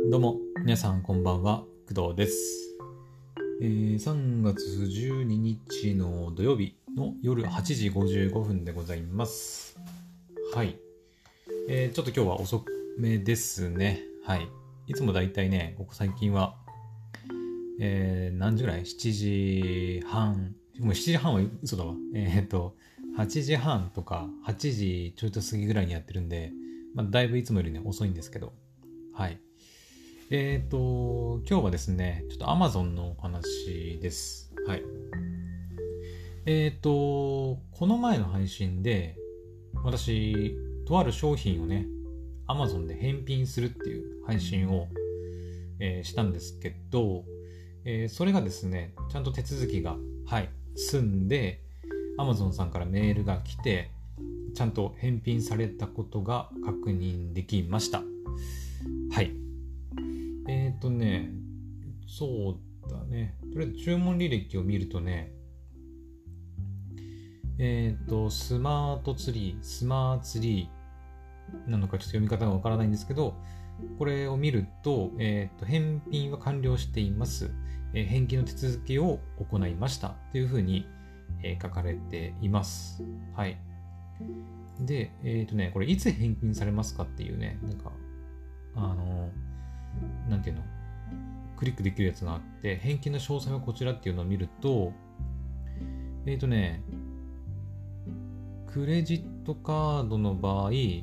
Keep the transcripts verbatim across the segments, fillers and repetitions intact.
どうも皆さんこんばんは、工藤です。えー、さんがつじゅうににちの土曜日の夜はちじごじゅうごふんでございます。はい、えー、ちょっと今日は遅めですね。はい、いつもだいたいね、ここ最近は、えー、何時ぐらい ?しちじはん、もうしちじはんは嘘だわ。えー、っと、はちじはんとかはちじちょいと過ぎぐらいにやってるんで、まあ、だいぶいつもよりね、遅いんですけど、はい。えっと、今日はですね、ちょっと Amazon のお話です。はい。えっと、この前の配信で、私、とある商品をね、Amazon で返品するっていう配信を、えーしたんですけど、えーそれがですね、ちゃんと手続きが、はい、済んで、Amazon さんからメールが来て、ちゃんと返品されたことが確認できました。はい。えっとね、そうだね。とりあえず注文履歴を見るとね、えっと、スマートツリー、スマーツリーなのかちょっと読み方がわからないんですけど、これを見ると、えっと、返品は完了しています。えー返金の手続きを行いましたというふうに、えー書かれています。はい。で、えっとね、これいつ返金されますかっていうね、なんか、あの、なんていうのクリックできるやつがあって、返金の詳細はこちらっていうのを見ると、えっとね、クレジットカードの場合、え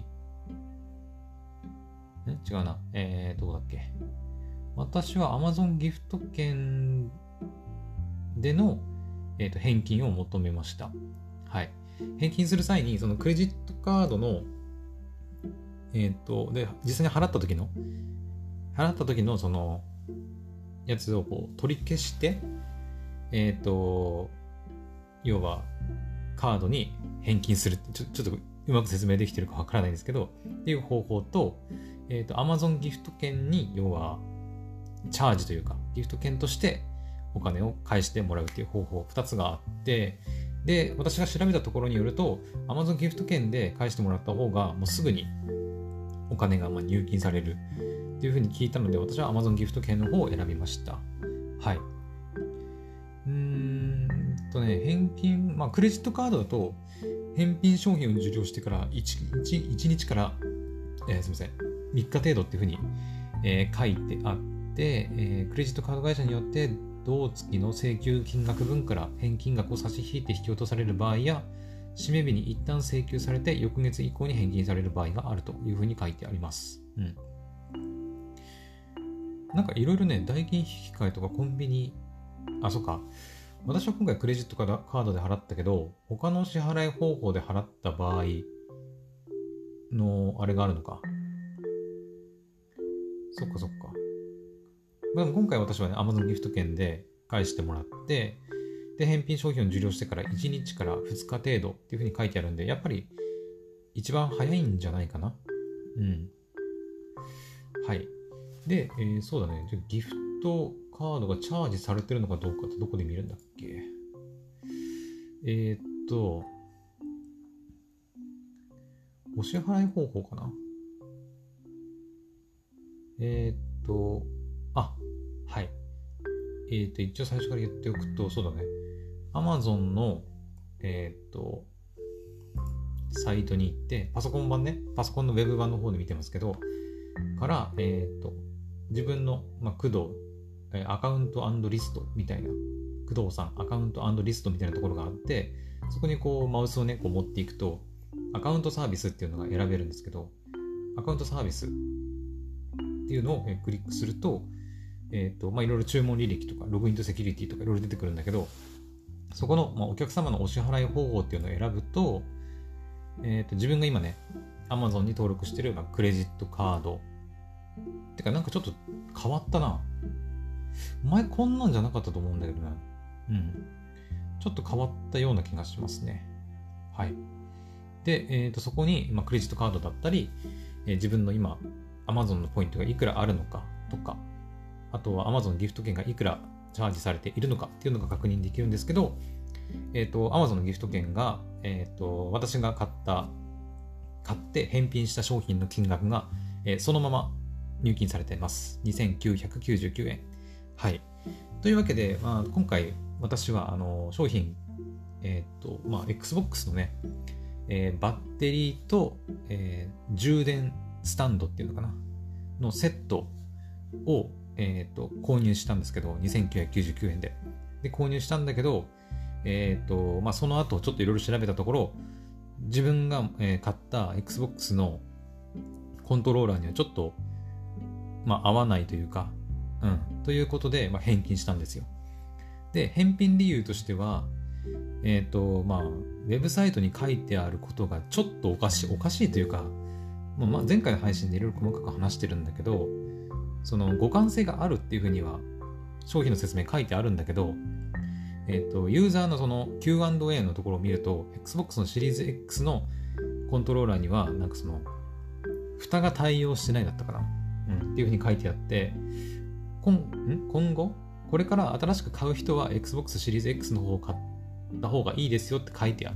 違うな。えー、どうだっけ。私は Amazon ギフト券での、えー、と返金を求めました。はい。返金する際に、そのクレジットカードの、えっ、と、で、実際に払った時の、払った時のその、やつをこう取り消して、えっ、と、要はカードに返金するってちょ、ちょっとうまく説明できてるかわからないんですけど、っていう方法と、えっ、と、Amazon ギフト券に要はチャージというか、ギフト券としてお金を返してもらうっていう方法ふたつがあって、で、私が調べたところによると、Amazon ギフト券で返してもらった方がもうすぐにお金がまあ入金されるっていうふうに聞いたので、私は Amazon ギフト券の方を選びました。はい。うーんとね、返金、まあ、クレジットカードだと、返品商品を受領してから 1, 1, いちにちから、えー、すみません、みっか程度っていうふうに、えー書いてあって、えークレジットカード会社によって、同月の請求金額分から返金額を差し引いて引き落とされる場合や、締め日に一旦請求されて、翌月以降に返金される場合があるというふうに書いてあります。うん。なんかいろいろね、代金引換とかコンビニ、あ、そっか。私は今回クレジットカードで払ったけど、他の支払い方法で払った場合のあれがあるのか。そっかそっか。でも今回私はね、Amazon ギフト券で返してもらって、で、返品商品を受領してからいちにちからふつか程度っていうふうに書いてあるんで、やっぱり一番早いんじゃないかな。うん。はい。で、えーそうだね。じゃあギフトカードがチャージされてるのかどうかってどこで見るんだっけ。えーっと、お支払い方法かな。えーっと、あ、はい。えーっと、一応最初から言っておくと、そうだね。Amazon の、えーっと、サイトに行って、パソコン版ね、パソコンのウェブ版の方で見てますけど、から、えーっと、自分の、まあ、工藤、えーアカウント&リストみたいな、工藤さんアカウント&リストみたいなところがあって、そこにこうマウスをね、こう持っていくと、アカウントサービスっていうのが選べるんですけど、アカウントサービスっていうのをクリックすると、えっと、まあ、いろいろ注文履歴とか、ログインとセキュリティとかいろいろ出てくるんだけど、そこの、まあ、お客様のお支払い方法っていうのを選ぶと、えっと、自分が今ね、Amazon に登録してる、まあ、クレジットカード。てか、なんかちょっと変わったな。前こんなんじゃなかったと思うんだけどな。うん。ちょっと変わったような気がしますね。はい。で、えー、とそこに、まあ、クレジットカードだったり、えー自分の今、Amazon のポイントがいくらあるのかとか、あとは Amazon ギフト券がいくらチャージされているのかっていうのが確認できるんですけど、えっ、と、Amazon のギフト券が、えっ、と、私が買った、買って返品した商品の金額が、えーそのまま入金されています。にせんきゅうひゃくきゅうじゅうきゅうえん。はい。というわけで、まあ、今回私はあの商品、えっと、まあ、Xbox のね、えー、バッテリーと、えー、充電スタンドっていうのかなのセットを、えー、と購入したんですけど、にせんきゅうひゃくきゅうじゅうきゅうえんで。で、購入したんだけど、えーとまあ、その後ちょっといろいろ調べたところ、自分が、えー買った Xbox のコントローラーにはちょっと、まあ、合わないというか、うん、ということで、まあ、返金したんですよ。で、返品理由としては、えっと、まあ、ウェブサイトに書いてあることがちょっとおかしい、おかしいというか、まあ、前回の配信でいろいろ細かく話してるんだけど、その互換性があるっていうふうには商品の説明書いてあるんだけど、えっと、ユーザーのその キューアンドエー のところを見ると、Xbox のシリーズ X のコントローラーには、なんかその、蓋が対応してないだったかな、うん、っていうふうに書いてあって、今ん今後、これから新しく買う人は Xbox シリーズ X の方を買った方がいいですよって書いてあって、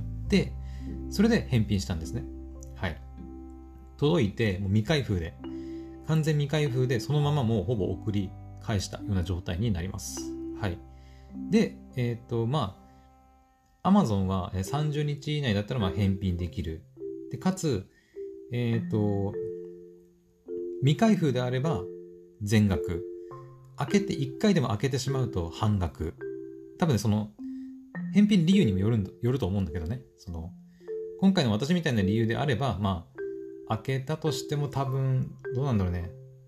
それで返品したんですね。はい。届いて、もう未開封で、完全未開封で、そのままもうほぼ送り返したような状態になります。はい。で、えっと、まあ、Amazon はさんじゅうにち以内だったらまあ返品できる。で、かつ、えっと、未開封であれば全額。開けて、いっかいでも開けてしまうと半額。多分ね、その、返品理由にもよるんよると思うんだけどね。その、今回の私みたいな理由であれば、まあ、開けたとしても多分、どうなんだろうね。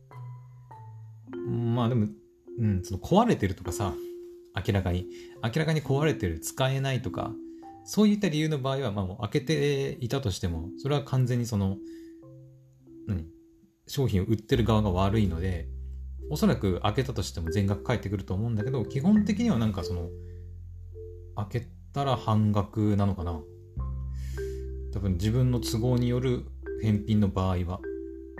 まあでも、うん、その壊れてるとかさ、明らかに、明らかに壊れてる、使えないとか、そういった理由の場合は、まあもう開けていたとしても、それは完全にその、何商品を売ってる側が悪いので、おそらく開けたとしても全額返ってくると思うんだけど、基本的にはなんかその、開けたら半額なのかな。多分自分の都合による返品の場合は。うん。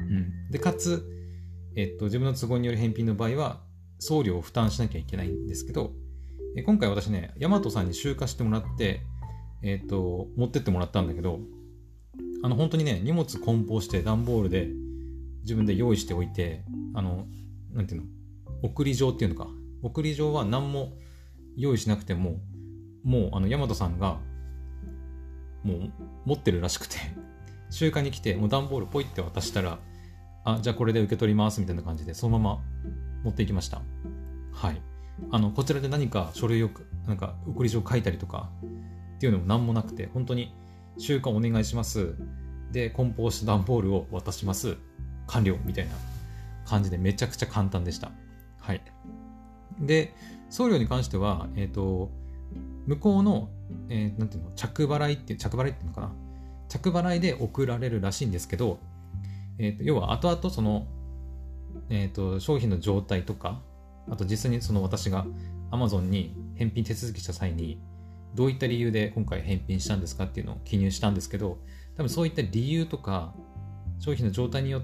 で、かつ、えっと、自分の都合による返品の場合は、送料を負担しなきゃいけないんですけど、え今回私ね、ヤマトさんに集荷してもらって、えっと、持ってってもらったんだけど、あの、本当にね、荷物梱包して段ボールで自分で用意しておいて、あの、なんていうの、送り状っていうのか。送り状は何も用意しなくても、もう、あの、ヤマトさんが、もう、持ってるらしくて、集荷に来て、もう段ボールポイって渡したら、あ、じゃあこれで受け取ります、みたいな感じで、そのまま持っていきました。はい。あの、こちらで何か書類を、なんか、送り状書いたりとか、っていうのも何もなくて、本当に、集荷お願いします。で、梱包した段ボールを渡します。完了みたいな感じでめちゃくちゃ簡単でした。はい。で、送料に関しては、えっと、向こうの、えー、なんていうの、着払いって、着払いっていうのかな。着払いで送られるらしいんですけど、えっと、要は後々その、えっと、商品の状態とか、あと実際にその私が Amazon に返品手続きした際に、どういった理由で今回返品したんですかっていうのを記入したんですけど、多分そういった理由とか、商品の状態によって、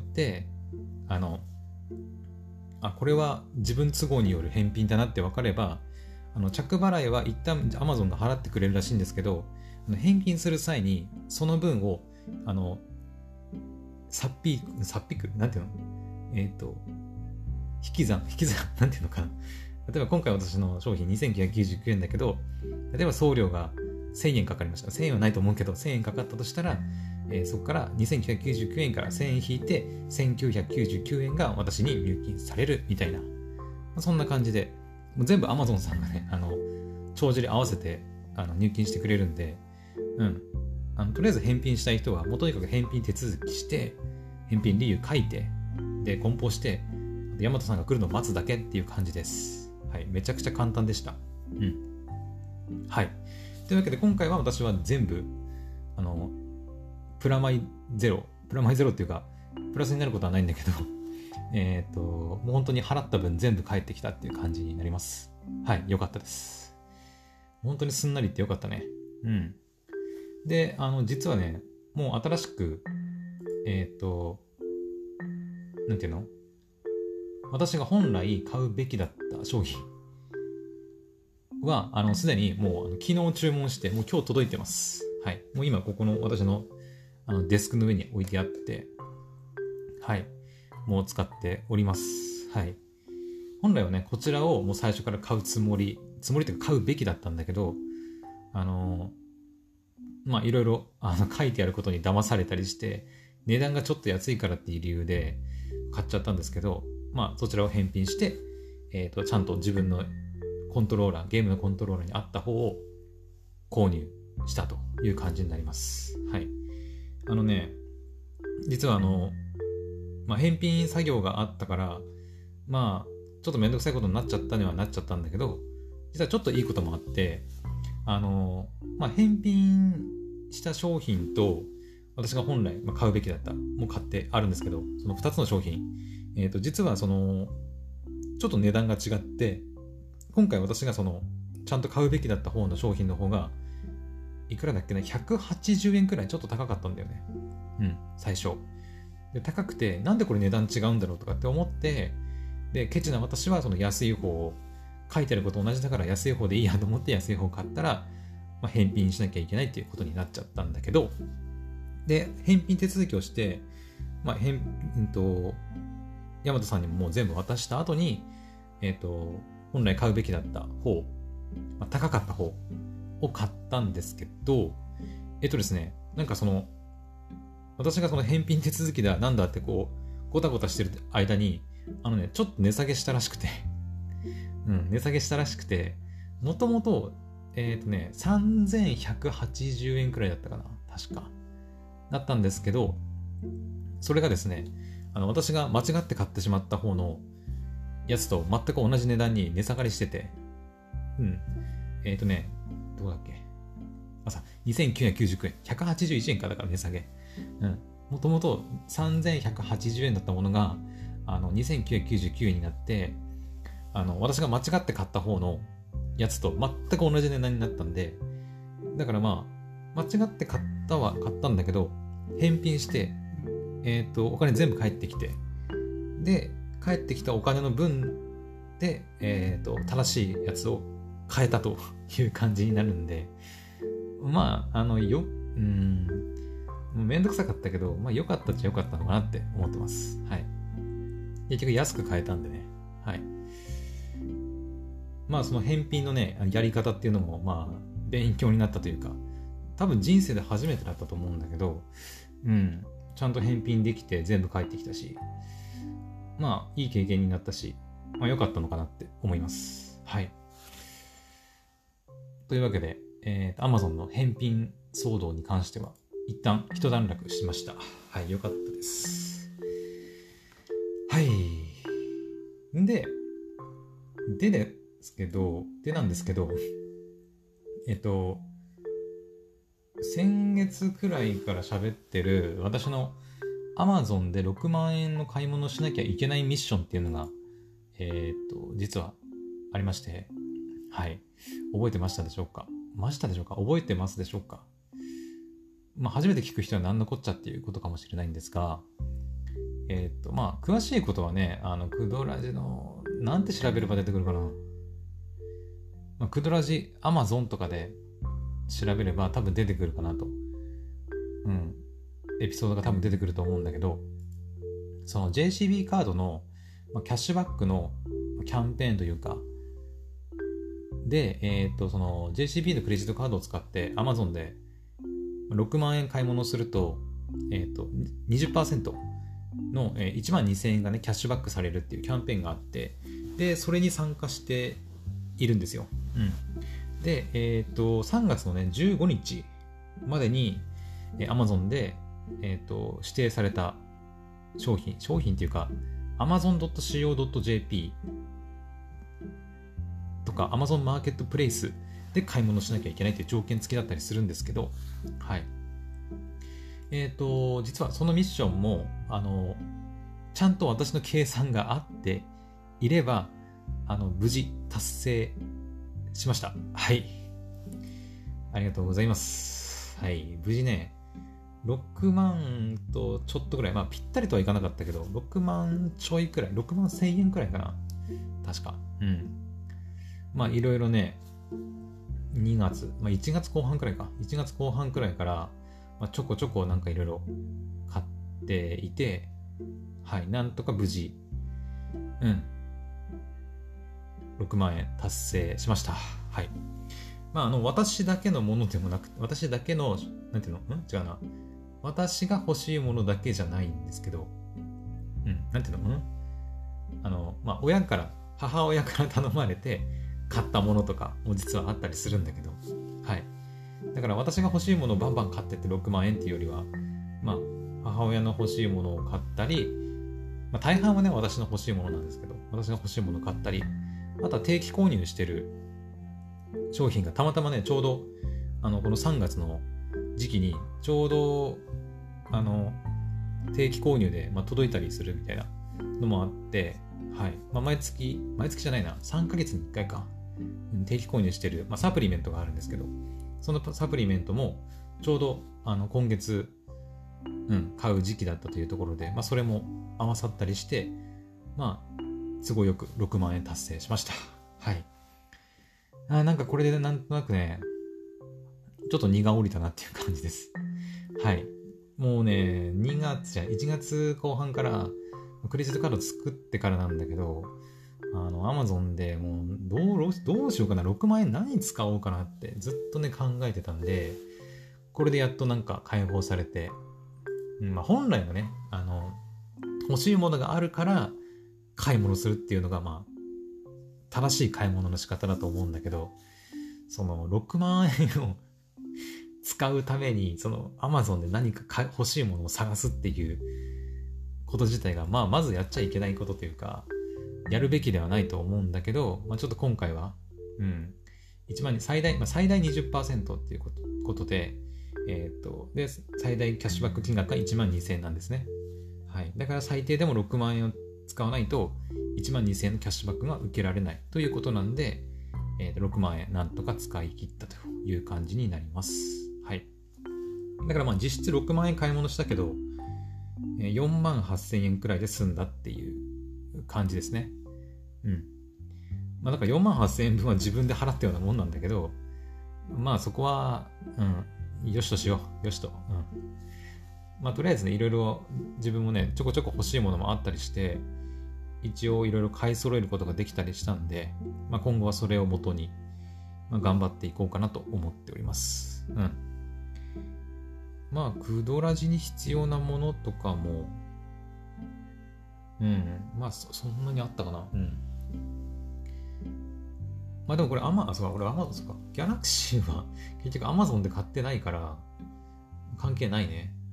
あの、あ、これは自分都合による返品だなって分かれば、あの着払いは一旦 Amazon が払ってくれるらしいんですけど、返金する際にその分を、あの、さっぴく、さっぴく、なんていうのえっと、引き算、引き算、なんていうのかな。例えば今回私の商品にせんきゅうひゃくきゅうじゅうきゅうえんだけど、例えば送料がせんえんかかりました。せんえんはないと思うけど、せんえんかかったとしたら、えー、そこからにせんきゅうひゃくきゅうじゅうきゅうえんからせんえん引いて、せんきゅうひゃくきゅうじゅうきゅうえんが私に入金されるみたいな。そんな感じで、もう全部 Amazon さんがね、あの、帳尻合わせてあの入金してくれるんで、うん。あのとりあえず返品したい人は、もうとにかく返品手続きして、返品理由書いて、で、梱包して、ヤマトさんが来るのを待つだけっていう感じです。はい。めちゃくちゃ簡単でした。うん。はい。というわけで、今回は私は全部、あの、プラマイゼロ、プラマイゼロっていうか、プラスになることはないんだけど、えっと、もう本当に払った分全部返ってきたっていう感じになります。はい。よかったです。本当にすんなりってよかったね。うん。で、あの、実はね、もう新しく、えっと、なんていうの私が本来買うべきだった商品は、あの、すでにもう、あの昨日注文して、もう今日届いてます。はい。もう今、ここの私の、あの、デスクの上に置いてあって、はい。 も使っております。はい。本来はね、こちらをもう最初から買うつもり、つもりというか買うべきだったんだけど、あのー、まあいろいろあの書いてあることに騙されたりして、値段がちょっと安いからっていう理由で買っちゃったんですけど、まあそちらを返品して、えっと、ちゃんと自分のコントローラー、ゲームのコントローラーに合った方を購入したという感じになります。はい。あのね、実はあの、まあ、返品作業があったから、まあ、ちょっとめんどくさいことになっちゃったにはなっちゃったんだけど、実はちょっといいこともあって、あの、まあ、返品した商品と、私が本来買うべきだった、もう買ってあるんですけど、そのふたつの商品、えっと、実はその、ちょっと値段が違って、今回私がその、ちゃんと買うべきだった方の商品の方が、いくらだっけな、ひゃくはちじゅうえんくらいちょっと高かったんだよね。うん、最初。で、高くて、なんでこれ値段違うんだろうとかって思って、で、ケチな私はその安い方を、書いてあること同じだから安い方でいいやと思って安い方を買ったら、まあ、返品しなきゃいけないっていうことになっちゃったんだけど、で、返品手続きをして、まあ、返、えっと、大和さんにももう全部渡した後に、えっと、本来買うべきだった方、まあ、高かった方を買ったんですけど、えっとですね、なんかその、私がその返品手続きだ、なんだってこう、ごたごたしてる間に、あのね、ちょっと値下げしたらしくて、うん、値下げしたらしくて、もともと、えっとね、さんぜんひゃくはちじゅうえんくらいだったかな、確か。だったんですけど、それがですね、あの、私が間違って買ってしまった方のやつと全く同じ値段に値下がりしてて、うん。えっとね、どうだっけ。あ、さ、にせんきゅうひゃくきゅうじゅうきゅうえん。ひゃくはちじゅういちえんかだから値下げ。うん。もともとさんぜんひゃくはちじゅうえんだったものが、あの、にせんきゅうひゃくきゅうじゅうきゅうえんになって、あの、私が間違って買った方のやつと全く同じ値段になったんで、だからまあ、間違って買ったは買ったんだけど、返品して、えっと、お金全部返ってきて、で、返ってきたお金の分で、えっと、正しいやつを買えたという感じになるんで、まあ、あの、よ、うーん、もうめんどくさかったけど、まあ良かったっちゃ良かったのかなって思ってます。はい。結局安く買えたんでね。はい。まあその返品のね、やり方っていうのも、まあ、勉強になったというか、多分人生で初めてだったと思うんだけど、うん、ちゃんと返品できて全部返ってきたし、まあいい経験になったし、まあ良かったのかなって思います。はい。というわけで、えー、Amazon の返品騒動に関しては、一旦一段落しました。はい、良かったです。はい。んで、でですけど、でなんですけど、えっと、先月くらいから喋ってる私の Amazon でろくまんえんの買い物をしなきゃいけないミッションっていうのが、えっと、実はありまして、はい。覚えてましたでしょうかましたでしょうか覚えてますでしょうかまあ、初めて聞く人は何のこっちゃっていうことかもしれないんですが、えっと、まあ、詳しいことはね、あの、クドラジの、なんて調べれば出てくるかな。まあ、クドラジ、アマゾンとかで調べれば多分出てくるかなと。うん。エピソードが多分出てくると思うんだけど、その ジェーシービー カードの、まあ、キャッシュバックのキャンペーンというか、で、えっと、その ジェーシービー のクレジットカードを使って Amazon でろくまんえん買い物すると、えっと、にじゅっパーセントのいちまんにせんえんがね、キャッシュバックされるっていうキャンペーンがあって、で、それに参加しているんですよ。うん。で、えっと、さんがつのね、じゅうごにちまでに、えー、Amazon で、えっと、指定された商品、商品っていうか、アマゾンドットシーオードットジェーピー とか Amazon マーケットプレイスで買い物しなきゃいけないっていう条件付きだったりするんですけど、はい。えっと、実はそのミッションも、あの、ちゃんと私の計算があっていれば、あの、無事達成しました。はい。ありがとうございます。はい。無事ね、ろくまんとちょっとぐらい、まあぴったりとはいかなかったけど、ろくまんちょいくらい、ろくまんせんえんくらいかな。確か。うん。まあいろいろね、にがつ、まあいちがつこう半くらいか。いちがつこう半くらいから、まあ、ちょこちょこなんかいろいろ買っていて、 はい、なんとか無事、うん、ろくまんえん達成しました。はい。まあ、あの、私だけのものでもなくて、私だけの、なんていうのん違うな。私が欲しいものだけじゃないんですけど、うん、なんていうのんあの、まあ、親から、母親から頼まれて買ったものとかも実はあったりするんだけど、はい。だから私が欲しいものをバンバン買ってってろくまんえんっていうよりは、まあ、母親の欲しいものを買ったり、まあ、大半はね、私の欲しいものなんですけど、私が欲しいものを買ったり、あとは定期購入してる商品がたまたまね、ちょうど、あの、このさんがつの時期に、ちょうど、あの、定期購入で、まあ、届いたりするみたいなのもあって、はい。まあ、毎月、毎月じゃないな、さんかげつにいっかいか、定期購入してる、まあ、サプリメントがあるんですけど、そのサプリメントも、ちょうど、あの、今月、うん、買う時期だったというところで、まあ、それも合わさったりして、まあ、都合よくろくまんえん達成しました。はい。あ、なんかこれでなんとなくね、ちょっと荷が下りたなっていう感じです。はい。もうね、にがつじゃ、いちがつこう半から、クレジットカード作ってからなんだけど、あの、アマゾンでもう、どう、どうしようかな、ろくまんえん何使おうかなってずっとね、考えてたんで、これでやっとなんか解放されて、まあ、本来のね、あの、欲しいものがあるから買い物するっていうのが、まあ、正しい買い物の仕方だと思うんだけど、そのろくまんえんを使うために、その Amazon で何か欲しいものを探すっていうこと自体が、まあ、まずやっちゃいけないことというか、やるべきではないと思うんだけど、まあ、ちょっと今回は、うん、いちまんに最大、まあ、最大 にじゅっパーセント っていうことことで、えっと、で、最大キャッシュバック金額がいちまんにせんえんなんですね。はい。だから最低でもろくまんえんを使わないと、いちまんにせんえんのキャッシュバックが受けられないということなんで、えー、とろくまんえんなんとか使い切ったという感じになります。はい。だからまあ実質ろくまんえん買い物したけど、よんまんはっせんえんくらいで済んだっていう感じですね。うん。まあだからよんまんはっせんえんぶんは自分で払ったようなもんなんだけど、まあそこは、うん、よしとしよう。よしと。うん。まあとりあえずね、いろいろ自分もね、ちょこちょこ欲しいものもあったりして、一応いろいろ買い揃えることができたりしたんで、まあ、今後はそれをもとに、まあ、頑張っていこうかなと思っております。うん。まあ、クドラジに必要なものとかも、うん。まあそ、そんなにあったかな。うん。まあでもこれアマ、あ、そうか、これアマゾン、そうか。ギャラクシーは結局アマゾンで買ってないから、関係ないね。うん。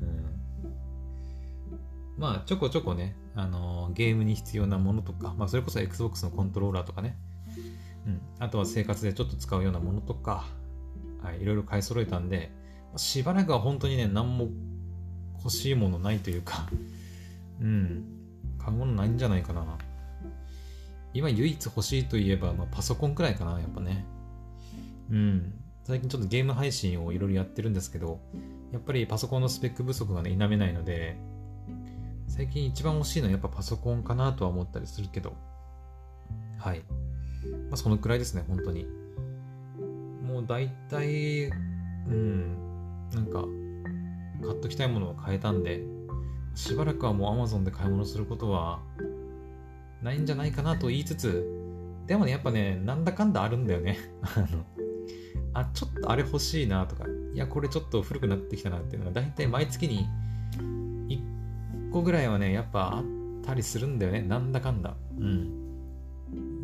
まあ、ちょこちょこね、あのー、ゲームに必要なものとか、まあ、それこそ Xbox のコントローラーとかね、うん、あとは生活でちょっと使うようなものとか、はい、いろいろ買い揃えたんで、しばらくは本当にね、何も欲しいものないというか、うん、買うものないんじゃないかな。今唯一欲しいといえば、まあ、パソコンくらいかな、やっぱね。うん、最近ちょっとゲーム配信をいろいろやってるんですけど、やっぱりパソコンのスペック不足がね、否めないので、最近一番欲しいのはやっぱパソコンかなとは思ったりするけど、はい。まあ、そのくらいですね、本当に。もう大体、うん、なんか、買っときたいものを買えたんで、しばらくはもう Amazon で買い物することはないんじゃないかなと言いつつ、でもね、やっぱね、なんだかんだあるんだよね。あの、あ、ちょっとあれ欲しいなとか、いや、これちょっと古くなってきたなっていうのが、大体毎月にいっこぐらいはね、やっぱあったりするんだよね。なんだかんだ。うん。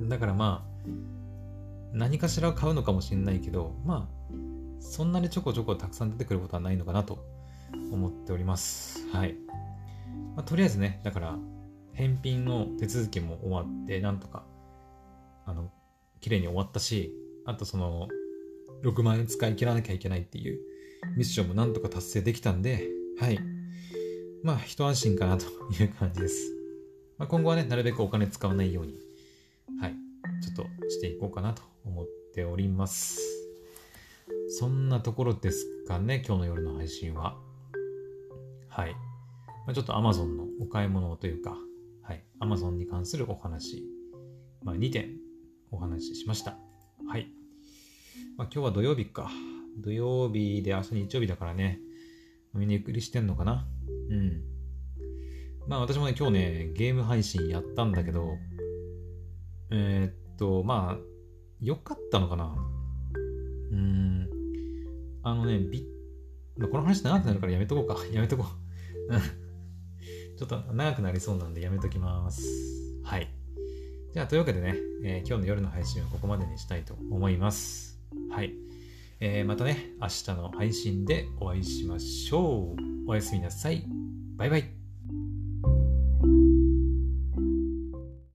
だからまあ、何かしら買うのかもしれないけど、まあ、そんなにちょこちょこたくさん出てくることはないのかなと思っております。はい。まあ、とりあえずね、だから、返品の手続きも終わって、なんとか、あの、綺麗に終わったし、あとその、ろくまんえん使い切らなきゃいけないっていうミッションもなんとか達成できたんで、はい。まあ、一安心かなという感じです。まあ、今後はね、なるべくお金使わないように、はい。ちょっとしていこうかなと思っております。そんなところですかね、今日の夜の配信は。はい。まあ、ちょっと Amazon のお買い物というか、はい。Amazon に関するお話、まあ、にてんお話ししました。はい。まあ、今日は土曜日か。土曜日で明日日曜日だからね、みんなゆっくりしてんのかな。うん。 まあ私もね、今日ね、ゲーム配信やったんだけど、えーっと、まあ、良かったのかな。うーん、あのね、ビまあ、この話長くなるからやめとこうか。やめとこう。ちょっと長くなりそうなんでやめときます。はい。じゃあ、というわけでね、えー今日の夜の配信はここまでにしたいと思います。はい。えーまたね、明日の配信でお会いしましょう。おやすみなさい。バイバイ。